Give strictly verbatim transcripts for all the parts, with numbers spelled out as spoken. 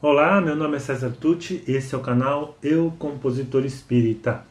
Olá, meu nome é César Tucci, esse é o canal Eu Compositor Espírita.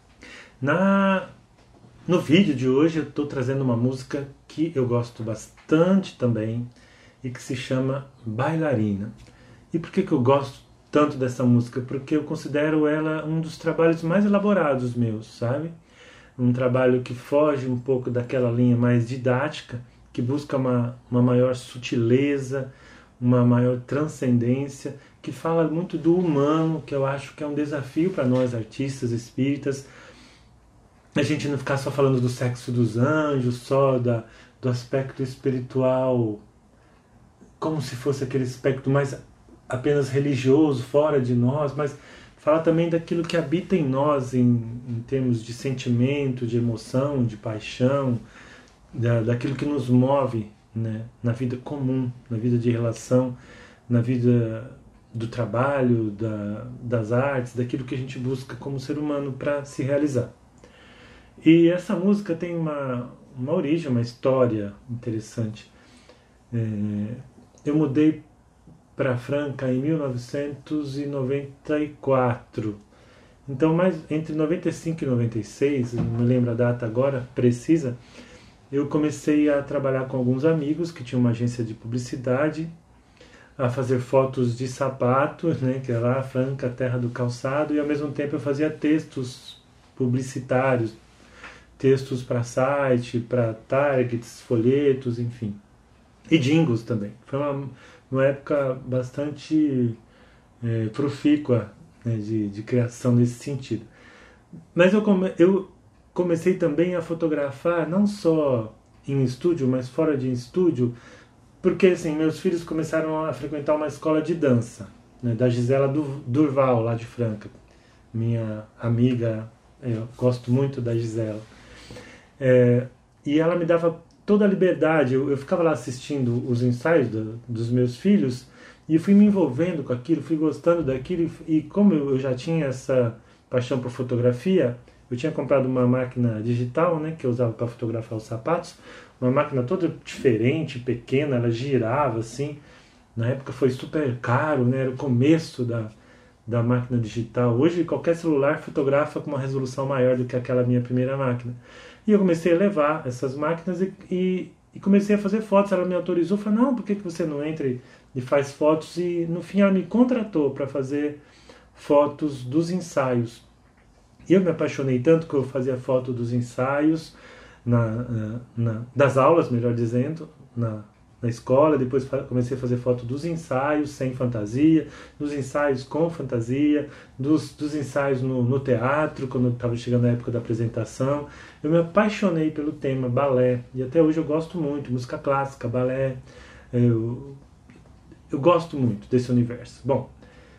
Na, no vídeo de hoje eu estou trazendo uma música que eu gosto bastante também e que se chama Bailarina. E por que, que eu gosto tanto dessa música? Porque eu considero ela um dos trabalhos mais elaborados meus, sabe? Um trabalho que foge um pouco daquela linha mais didática, que busca uma, uma maior sutileza, uma maior transcendência, que fala muito do humano, que eu acho que é um desafio para nós artistas espíritas, a gente não ficar só falando do sexo dos anjos, só da, do aspecto espiritual, como se fosse aquele aspecto mais apenas religioso, fora de nós, mas fala também daquilo que habita em nós, em, em termos de sentimento, de emoção, de paixão, da, daquilo que nos move, né, na vida comum, na vida de relação, na vida do trabalho, da, das artes, daquilo que a gente busca como ser humano para se realizar. E essa música tem uma, uma origem, uma história interessante. É, eu mudei para Franca em mil novecentos e noventa e quatro. Então, mais entre noventa e cinco e noventa e seis, não me lembro a data agora precisa, eu comecei a trabalhar com alguns amigos que tinham uma agência de publicidade, a fazer fotos de sapato, né, que é lá Franca, terra do calçado, e ao mesmo tempo eu fazia textos publicitários, textos para site, para targets, folhetos, enfim. E jingles também. Foi uma, uma época bastante é, profícua, né, de, de criação nesse sentido. Mas eu, come, eu comecei também a fotografar, não só em estúdio, mas fora de estúdio, porque assim, meus filhos começaram a frequentar uma escola de dança, né, da Gisela Durval, lá de Franca. Minha amiga, eu gosto muito da Gisela. É, e ela me dava toda a liberdade, eu, eu ficava lá assistindo os ensaios do, dos meus filhos e fui me envolvendo com aquilo, fui gostando daquilo, e como eu já tinha essa paixão por fotografia, eu tinha comprado uma máquina digital, né, que eu usava para fotografar os sapatos, uma máquina toda diferente, pequena, ela girava assim, na época foi super caro, né, era o começo da, da máquina digital. Hoje qualquer celular fotografa com uma resolução maior do que aquela minha primeira máquina. E eu comecei a levar essas máquinas e, e, e comecei a fazer fotos. Ela me autorizou, falou, não, por que, que você não entra e, e faz fotos? E no fim ela me contratou para fazer fotos dos ensaios. E eu me apaixonei tanto que eu fazia foto dos ensaios, na, na, na, das aulas, melhor dizendo, na, na escola. Depois comecei a fazer foto dos ensaios sem fantasia, dos ensaios com fantasia, dos, dos ensaios no, no teatro, quando estava chegando a época da apresentação. Eu me apaixonei pelo tema balé, e até hoje eu gosto muito, música clássica, balé, eu, eu gosto muito desse universo. Bom,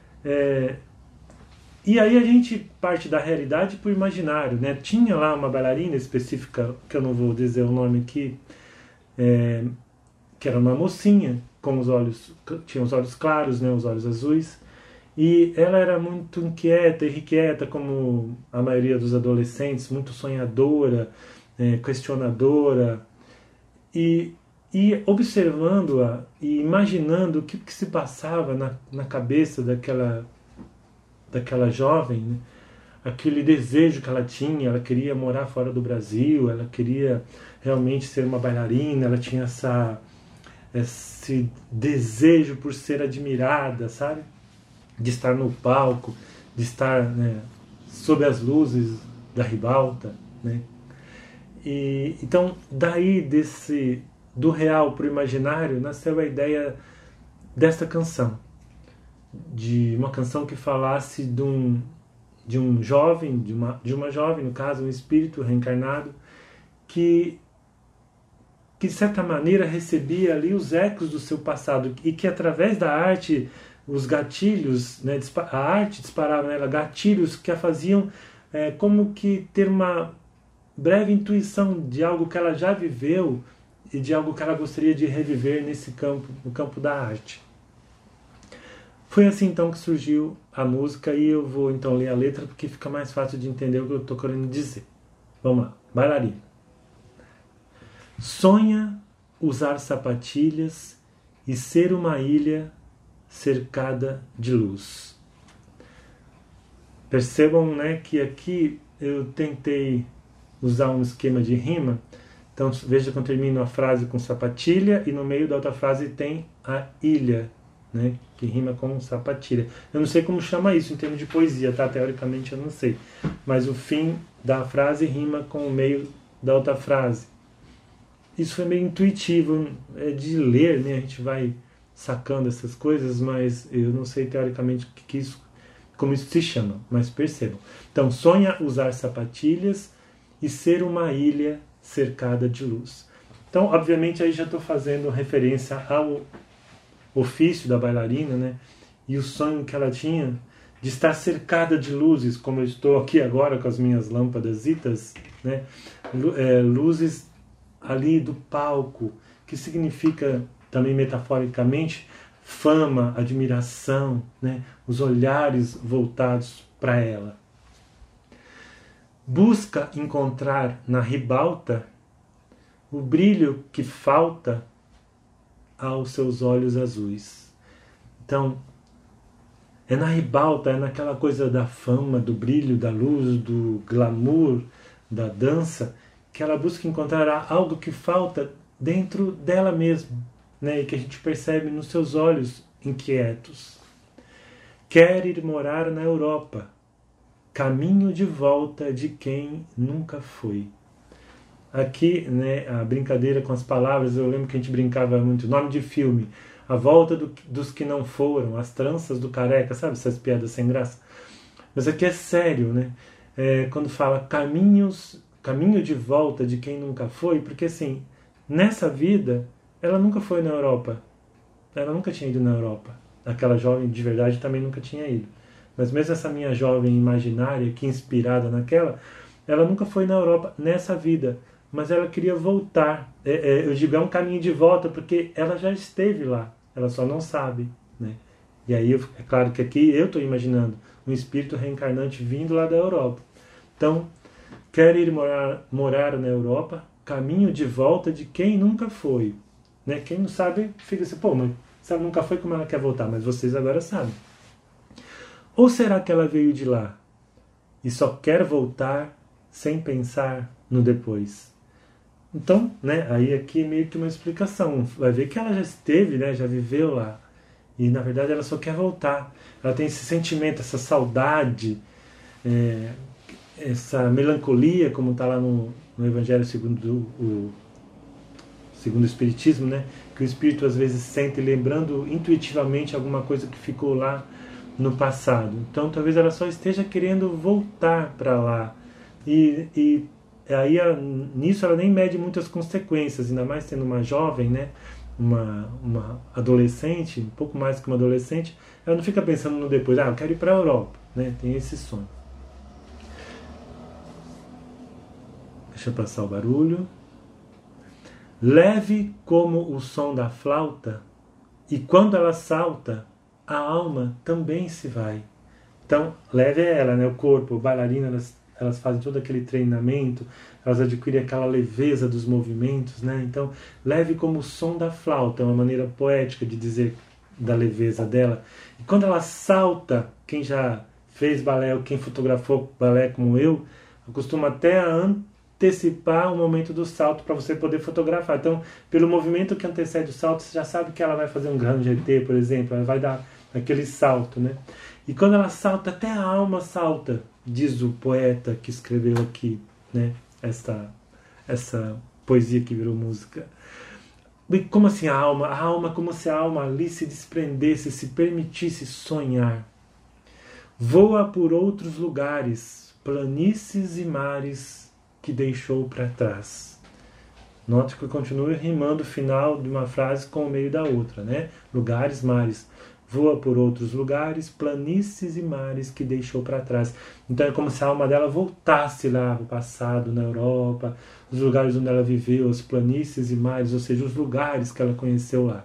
é, e aí a gente parte da realidade para o imaginário, né? Tinha lá uma bailarina específica, que eu não vou dizer o nome aqui, é, que era uma mocinha, com os olhos, tinha os olhos claros, né, os olhos azuis, e ela era muito inquieta, irrequieta, como a maioria dos adolescentes, muito sonhadora, é, questionadora, e, e observando-a e imaginando o que, que se passava na, na cabeça daquela, daquela jovem, né, aquele desejo que ela tinha, ela queria morar fora do Brasil, ela queria realmente ser uma bailarina, ela tinha essa... esse desejo por ser admirada, sabe? De estar no palco, de estar, né, sob as luzes da ribalta, né? E então daí desse do real para o imaginário nasceu a ideia desta canção, de uma canção que falasse de um de um jovem, de uma de uma jovem, no caso, um espírito reencarnado que que de certa maneira recebia ali os ecos do seu passado e que através da arte, os gatilhos, né, a arte disparava nela gatilhos que a faziam é, como que ter uma breve intuição de algo que ela já viveu e de algo que ela gostaria de reviver nesse campo, no campo da arte. Foi assim então que surgiu a música, e eu vou então ler a letra porque fica mais fácil de entender o que eu estou querendo dizer. Vamos lá, bailarina. Sonha usar sapatilhas e ser uma ilha cercada de luz. Percebam, né, que aqui eu tentei usar um esquema de rima. Então veja que eu termino a frase com sapatilha e no meio da outra frase tem a ilha, né, que rima com sapatilha. Eu não sei como chama isso em termos de poesia, tá? Teoricamente eu não sei. Mas o fim da frase rima com o meio da outra frase. Isso foi meio intuitivo, é de ler, né? A gente vai sacando essas coisas, mas eu não sei teoricamente que, que isso, como isso se chama, mas percebam. Então, sonha usar sapatilhas e ser uma ilha cercada de luz. Então, obviamente, aí já estou fazendo referência ao ofício da bailarina, né? E o sonho que ela tinha de estar cercada de luzes, como eu estou aqui agora com as minhas lâmpadasitas, né? Luzes ali do palco, que significa também metaforicamente fama, admiração, né? Os olhares voltados para ela. Busca encontrar na ribalta o brilho que falta aos seus olhos azuis. Então, é na ribalta, é naquela coisa da fama, do brilho, da luz, do glamour, da dança, que ela busca encontrar algo que falta dentro dela mesma, né? E que a gente percebe nos seus olhos inquietos. Quer ir morar na Europa, caminho de volta de quem nunca foi. Aqui, né, a brincadeira com as palavras, eu lembro que a gente brincava muito, nome de filme, A Volta do, dos que não foram, As Tranças do Careca, sabe essas piadas sem graça? Mas aqui é sério, né? É, quando fala caminhos, caminho de volta de quem nunca foi, porque assim, nessa vida, ela nunca foi na Europa. Ela nunca tinha ido na Europa. Aquela jovem de verdade também nunca tinha ido. Mas mesmo essa minha jovem imaginária, que inspirada naquela, ela nunca foi na Europa nessa vida. Mas ela queria voltar. É, é, eu digo, é um caminho de volta, porque ela já esteve lá. Ela só não sabe, né? E aí, é claro que aqui eu estou imaginando um espírito reencarnante vindo lá da Europa. Então, quer ir morar, morar na Europa, caminho de volta de quem nunca foi. Né? Quem não sabe, fica assim, pô, mas se ela nunca foi, como ela quer voltar? Mas vocês agora sabem. Ou será que ela veio de lá e só quer voltar sem pensar no depois? Então, né, aí aqui é meio que uma explicação. Vai ver que ela já esteve, né, já viveu lá. E, na verdade, ela só quer voltar. Ela tem esse sentimento, essa saudade, é, essa melancolia, como está lá no, no Evangelho segundo o, segundo o Espiritismo, né, que o Espírito às vezes sente lembrando intuitivamente alguma coisa que ficou lá no passado. Então, talvez ela só esteja querendo voltar para lá. E... e aí nisso ela nem mede muitas consequências, ainda mais sendo uma jovem, né, uma, uma adolescente, um pouco mais que uma adolescente, ela não fica pensando no depois, ah, eu quero ir para a Europa, né, tem esse sonho. Deixa eu passar o barulho. Leve como o som da flauta, e quando ela salta, a alma também se vai. Então, leve é ela, né, o corpo, o bailarino, elas elas fazem todo aquele treinamento, elas adquirem aquela leveza dos movimentos, né? Então, leve como o som da flauta, é uma maneira poética de dizer da leveza dela. E quando ela salta, quem já fez balé ou quem fotografou balé como eu, costuma até antecipar o momento do salto para você poder fotografar. Então, pelo movimento que antecede o salto, você já sabe que ela vai fazer um grande G T, por exemplo, ela vai dar aquele salto, né? E quando ela salta, até a alma salta, diz o poeta que escreveu aqui, né, essa, essa poesia que virou música. E como assim a alma? A alma, como se a alma ali se desprendesse, se permitisse sonhar. Voa por outros lugares, planícies e mares que deixou para trás. Note que eu continuo rimando o final de uma frase com o meio da outra, né? Lugares, mares. Voa por outros lugares, planícies e mares que deixou para trás. Então é como se a alma dela voltasse lá no passado, na Europa, os lugares onde ela viveu, as planícies e mares, ou seja, os lugares que ela conheceu lá.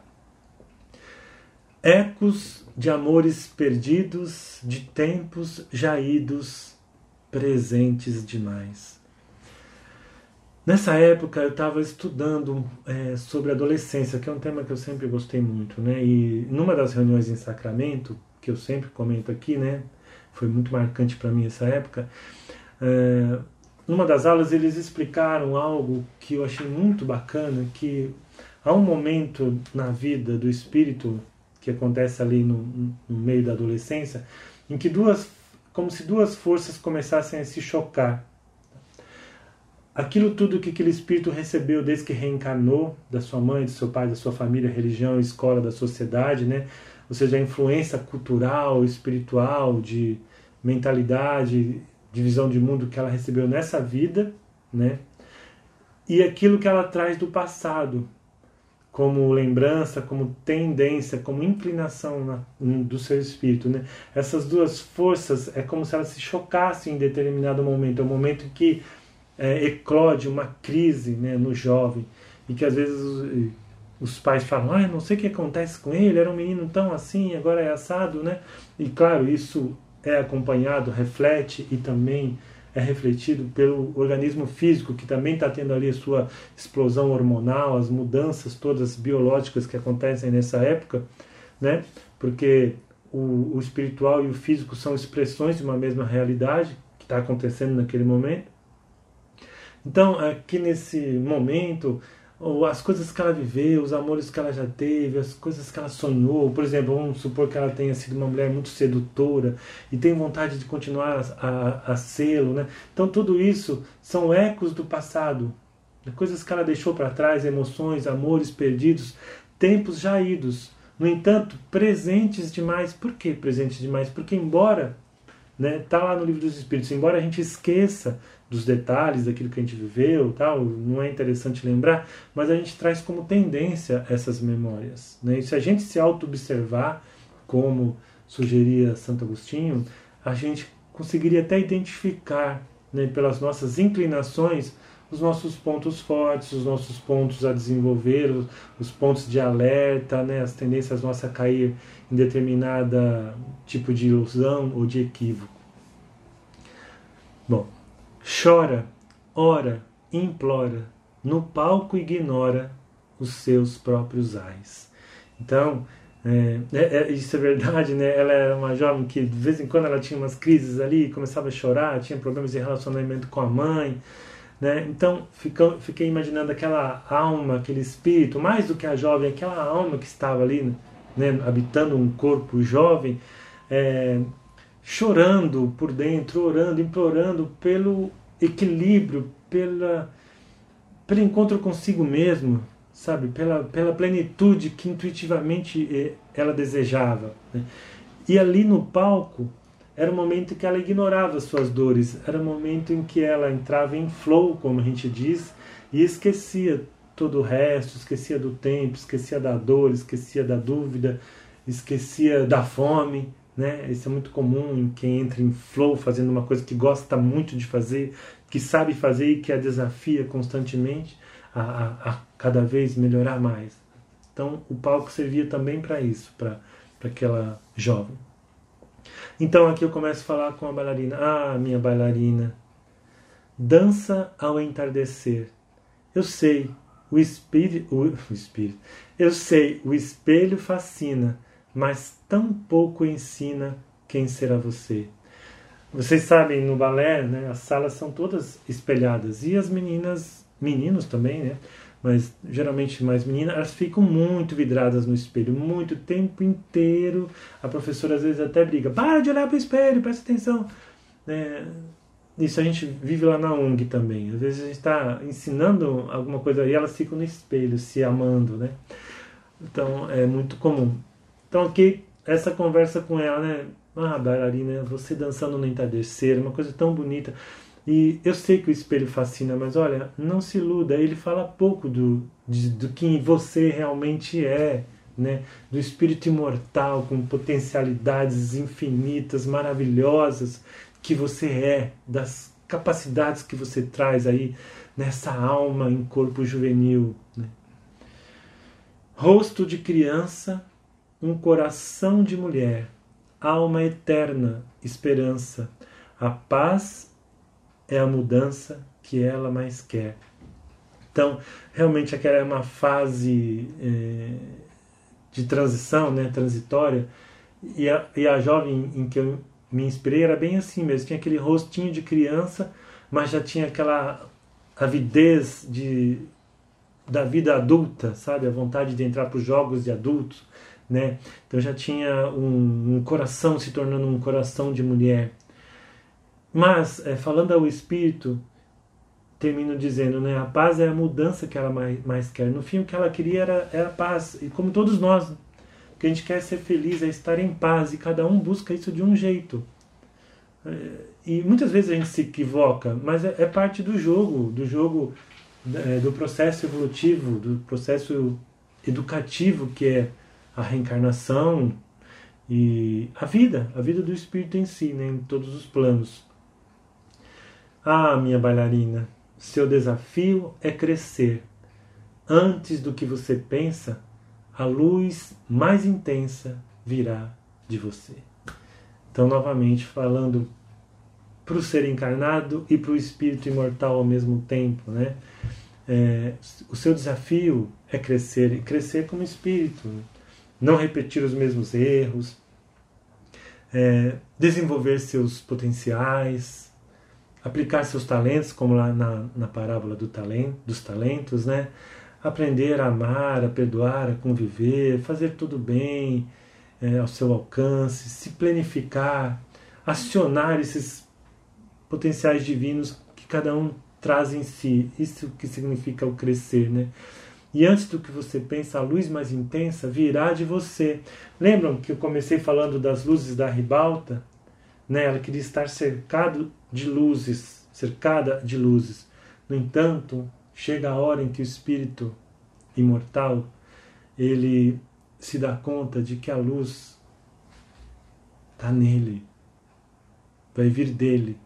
Ecos de amores perdidos, de tempos já idos, presentes demais. Nessa época eu estava estudando é, sobre adolescência, que é um tema que eu sempre gostei muito, né? E numa das reuniões em Sacramento, que eu sempre comento aqui, né? Foi muito marcante para mim essa época. É, numa das aulas eles explicaram algo que eu achei muito bacana, que há um momento na vida do espírito que acontece ali no, no meio da adolescência, em que duas, como se duas forças começassem a se chocar. Aquilo tudo que aquele espírito recebeu desde que reencarnou, da sua mãe, do seu pai, da sua família, religião, escola, da sociedade, né? Ou seja, a influência cultural, espiritual, de mentalidade, de visão de mundo que ela recebeu nessa vida, né? E aquilo que ela traz do passado, como lembrança, como tendência, como inclinação na, do seu espírito, né? Essas duas forças é como se elas se chocassem em determinado momento, é um momento em que É, eclode uma crise, né, no jovem, e que às vezes os, os pais falam, ah, não sei o que acontece com ele, era um menino tão assim, agora é assado, né? E claro, isso é acompanhado, reflete e também é refletido pelo organismo físico, que também está tendo ali a sua explosão hormonal, as mudanças todas biológicas que acontecem nessa época, né? Porque o, o espiritual e o físico são expressões de uma mesma realidade que está acontecendo naquele momento. Então, aqui nesse momento, as coisas que ela viveu, os amores que ela já teve, as coisas que ela sonhou, por exemplo, vamos supor que ela tenha sido uma mulher muito sedutora e tem vontade de continuar a, a, a sê-lo, né? Então, tudo isso são ecos do passado, coisas que ela deixou para trás, emoções, amores perdidos, tempos já idos. No entanto, presentes demais. Por que presentes demais? Porque embora, né, tá lá no Livro dos Espíritos, embora a gente esqueça dos detalhes daquilo que a gente viveu, tal, não é interessante lembrar, mas a gente traz como tendência essas memórias, né? E se a gente se auto-observar, como sugeria Santo Agostinho, a gente conseguiria até identificar, né, pelas nossas inclinações, os nossos pontos fortes, os nossos pontos a desenvolver, os, os pontos de alerta, né, as tendências nossas a cair em determinada tipo de ilusão ou de equívoco. Bom, chora, ora, implora, no palco ignora os seus próprios ais. Então, é, é, isso é verdade, né? Ela era uma jovem que de vez em quando ela tinha umas crises ali, começava a chorar, tinha problemas de relacionamento com a mãe, né? Então, fico, fiquei imaginando aquela alma, aquele espírito, mais do que a jovem, aquela alma que estava ali, né, habitando um corpo jovem, é, chorando por dentro, orando, implorando pelo equilíbrio, pela, pelo encontro consigo mesmo, sabe? Pela, pela plenitude que intuitivamente ela desejava, né? E ali no palco era o momento em que ela ignorava as suas dores, era o momento em que ela entrava em flow, como a gente diz, e esquecia todo o resto, esquecia do tempo, esquecia da dor, esquecia da dúvida, esquecia da fome, né? Isso é muito comum em quem entra em flow, fazendo uma coisa que gosta muito de fazer, que sabe fazer e que a desafia constantemente a, a, a cada vez melhorar mais. Então o palco servia também para isso, para aquela jovem. Então aqui eu começo a falar com a bailarina. Ah, minha bailarina, dança ao entardecer. Eu sei, o espírito, o, o espírito, eu sei, o espelho fascina, mas tão pouco ensina quem será você. Vocês sabem, no balé, né, as salas são todas espelhadas. E as meninas, meninos também, né, mas geralmente mais meninas, elas ficam muito vidradas no espelho, muito, o tempo inteiro. A professora às vezes até briga, para de olhar para o espelho, presta atenção. É, isso a gente vive lá na U N G também. Às vezes a gente está ensinando alguma coisa e elas ficam no espelho, se amando, né? Então é muito comum. Então aqui, essa conversa com ela, né? Ah, bailarina, você dançando no entardecer, uma coisa tão bonita. E eu sei que o espelho fascina, mas olha, não se iluda, ele fala pouco do, de, do que você realmente é, né? Do espírito imortal, com potencialidades infinitas, maravilhosas, que você é, das capacidades que você traz aí nessa alma em corpo juvenil, né? Rosto de criança, um coração de mulher, alma eterna, esperança, a paz é a mudança que ela mais quer. Então, realmente aquela é uma fase é, de transição, né, transitória, e a, e a jovem em que eu me inspirei era bem assim mesmo, tinha aquele rostinho de criança, mas já tinha aquela avidez de, da vida adulta, sabe, a vontade de entrar para os jogos de adultos, né? Então já tinha um, um coração se tornando um coração de mulher. Mas, é, falando ao espírito, termino dizendo, né, a paz é a mudança que ela mais, mais quer. No fim, o que ela queria era, era a paz. E como todos nós, o que a gente quer é ser feliz, é estar em paz. E cada um busca isso de um jeito. É, e muitas vezes a gente se equivoca, mas é, é parte do jogo, do jogo, é, do processo evolutivo, do processo educativo que é a reencarnação e a vida, a vida do espírito em si, né, em todos os planos. Ah, minha bailarina, seu desafio é crescer. Antes do que você pensa, a luz mais intensa virá de você. Então, novamente, falando para o ser encarnado e para o espírito imortal ao mesmo tempo, né? É, o seu desafio é crescer, e crescer como espírito, né? Não repetir os mesmos erros, é, desenvolver seus potenciais, aplicar seus talentos, como lá na, na parábola do talento, dos talentos, né? Aprender a amar, a perdoar, a conviver, fazer tudo bem é, ao seu alcance, se planificar, acionar esses potenciais divinos que cada um traz em si. Isso que significa o crescer, né? E antes do que você pensa, a luz mais intensa virá de você. Lembram que eu comecei falando das luzes da ribalta? Né? Ela queria estar cercado de luzes, cercada de luzes. No entanto, chega a hora em que o espírito imortal, ele se dá conta de que a luz está nele, vai vir dele.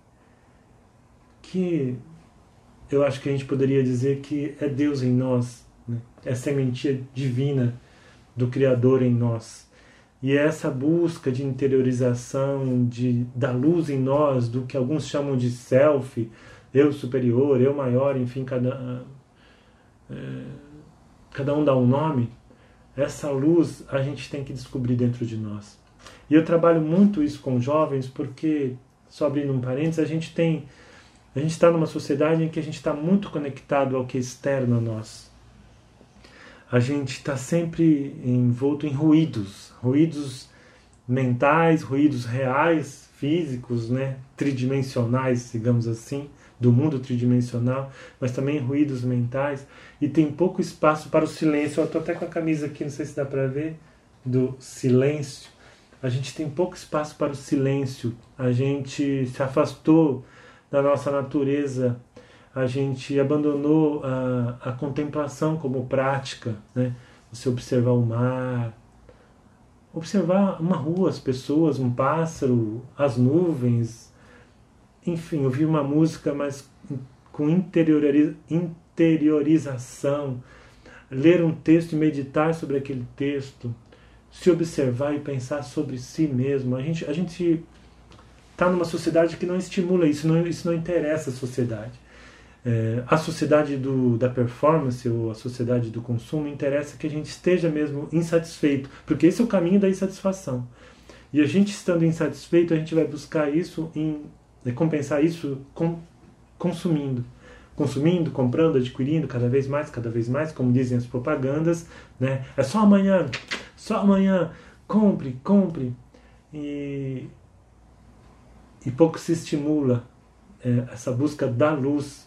Que eu acho que a gente poderia dizer que é Deus em nós, né? É a sementia divina do Criador em nós. E é essa busca de interiorização de, da luz em nós, do que alguns chamam de self, eu superior, eu maior, enfim, cada, é, cada um dá um nome. Essa luz a gente tem que descobrir dentro de nós. E eu trabalho muito isso com jovens porque, só abrindo um parênteses, a gente tem, a gente está numa sociedade em que a gente está muito conectado ao que é externo a nós. A gente está sempre envolto em ruídos, ruídos mentais, ruídos reais, físicos, né, tridimensionais, digamos assim, do mundo tridimensional, mas também ruídos mentais, e tem pouco espaço para o silêncio. Eu estou até com a camisa aqui, não sei se dá para ver, do silêncio. A gente tem pouco espaço para o silêncio, a gente se afastou da nossa natureza, a gente abandonou a, a contemplação como prática, né? Você observar o mar, observar uma rua, as pessoas, um pássaro, as nuvens, enfim, ouvir uma música, mas com interioriza, interiorização, ler um texto e meditar sobre aquele texto, se observar e pensar sobre si mesmo. A gente a gente está numa sociedade que não estimula isso, não, isso não interessa a sociedade. É, a sociedade do, da performance ou a sociedade do consumo interessa que a gente esteja mesmo insatisfeito, porque esse é o caminho da insatisfação. E a gente estando insatisfeito, a gente vai buscar isso, em, é, compensar isso com, consumindo. Consumindo, comprando, adquirindo cada vez mais, cada vez mais, como dizem as propagandas, né? É só amanhã, só amanhã, compre, compre. E, e pouco se estimula é, essa busca da luz,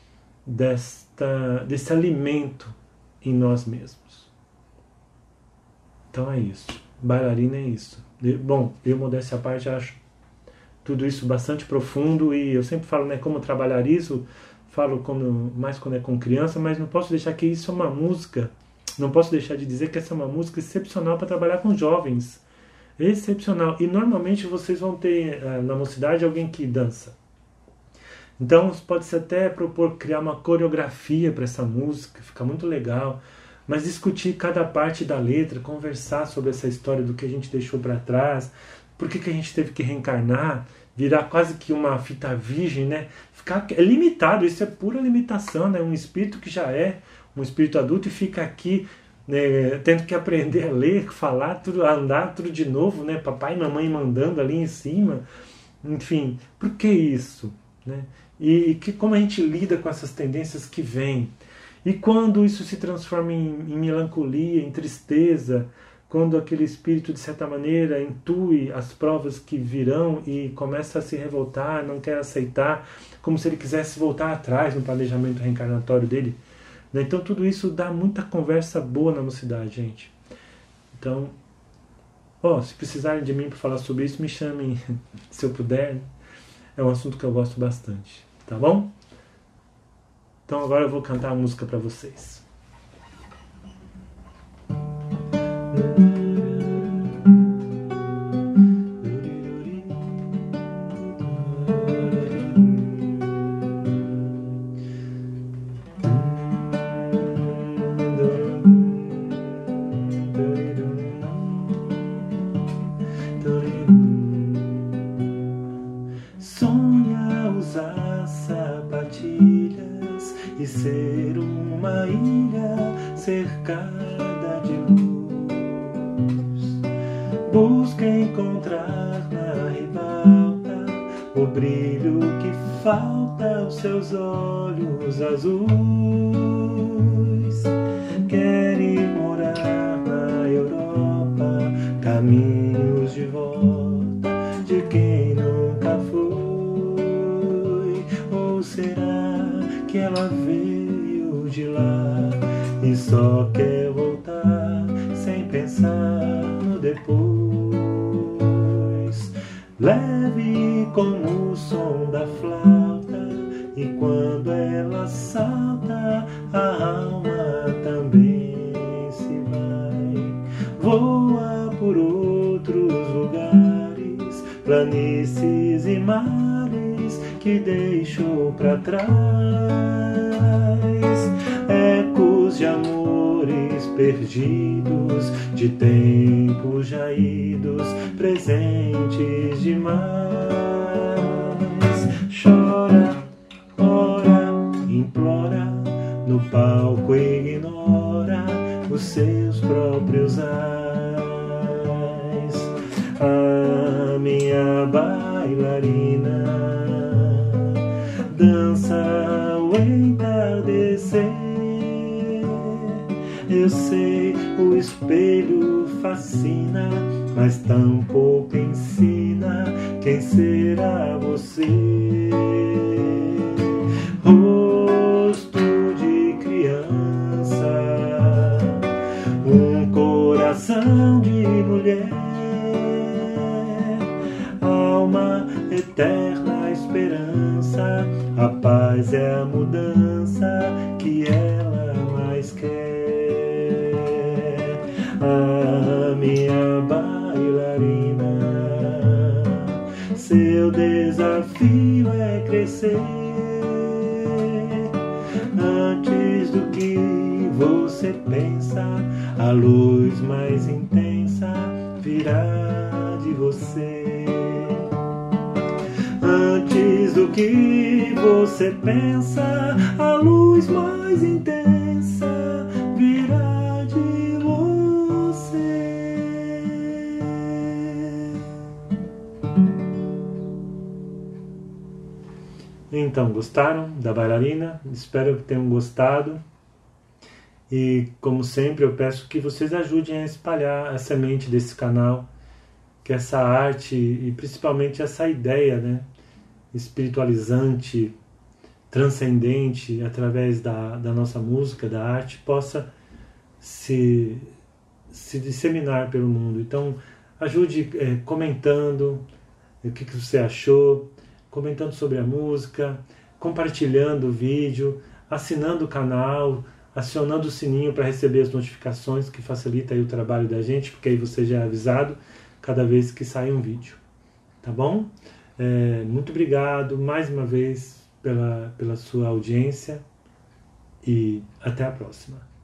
Desta, desse alimento em nós mesmos. Então é isso. Bailarina é isso. Bom, eu, modéstia à parte, acho tudo isso bastante profundo e eu sempre falo, né, como trabalhar isso, falo quando, mais quando é com criança, mas não posso deixar que isso é uma música, não posso deixar de dizer que essa é uma música excepcional para trabalhar com jovens. Excepcional. E normalmente vocês vão ter na mocidade alguém que dança. Então pode-se até propor criar uma coreografia para essa música, fica muito legal, mas discutir cada parte da letra, conversar sobre essa história do que a gente deixou para trás, Por que, que a gente teve que reencarnar, virar quase que uma fita virgem, né? Ficar, é limitado, isso é pura limitação, né? Um espírito que já é um espírito adulto e fica aqui, né, tendo que aprender a ler, falar, tudo, a andar tudo de novo, né? Papai e mamãe mandando ali em cima. Enfim, por que isso? Né? E, e que, como a gente lida com essas tendências que vêm? E quando isso se transforma em, em melancolia, em tristeza, quando aquele espírito, de certa maneira, intui as provas que virão e começa a se revoltar, não quer aceitar, como se ele quisesse voltar atrás no planejamento reencarnatório dele. Então tudo isso dá muita conversa boa na mocidade, gente. Então, ó, se precisarem de mim para falar sobre isso, me chamem se eu puder. É um assunto que eu gosto bastante, tá bom? Então agora eu vou cantar a música para vocês. Sonha usar sapatilhas e ser uma ilha cercada de luz. Busca encontrar na ribalta o brilho que falta aos seus olhos azuis. Quer ir morar na Europa, caminhos de volta de quem nunca foi. Ou será que ela veio de lá e só quer voltar sem pensar no depois? Leve como o som da flauta, e quando ela salta, a alma também se vai. Voa por outros lugares, planícies e mares que deixou pra trás. Ecos de amores perdidos, de tempos já idos, presentes demais. Chora, ora, implora, no palco ignora os seus próprios ais. A minha bailarina dança o entardecer. Eu sei, o espelho fascina, mas tão pouco ensina quem será você. Rosto de criança, um coração de mulher, alma eterna esperança, a paz é a mudança que ela mais quer. A minha bailarina, seu desafio é crescer. Antes do que você pensa, a luz mais intensa virá de você. Antes do que você pensa, a luz mais intensa virá de você. Então, gostaram da bailarina? Espero que tenham gostado. E, como sempre, eu peço que vocês ajudem a espalhar a semente desse canal, que essa arte e principalmente essa ideia, né, espiritualizante, transcendente, através da, da nossa música, da arte, possa se, se disseminar pelo mundo. Então, ajude é, comentando o que, que você achou, comentando sobre a música, compartilhando o vídeo, assinando o canal, acionando o sininho para receber as notificações, que facilita aí o trabalho da gente, porque aí você já é avisado cada vez que sai um vídeo. Tá bom? É, muito obrigado mais uma vez pela, pela sua audiência e até a próxima.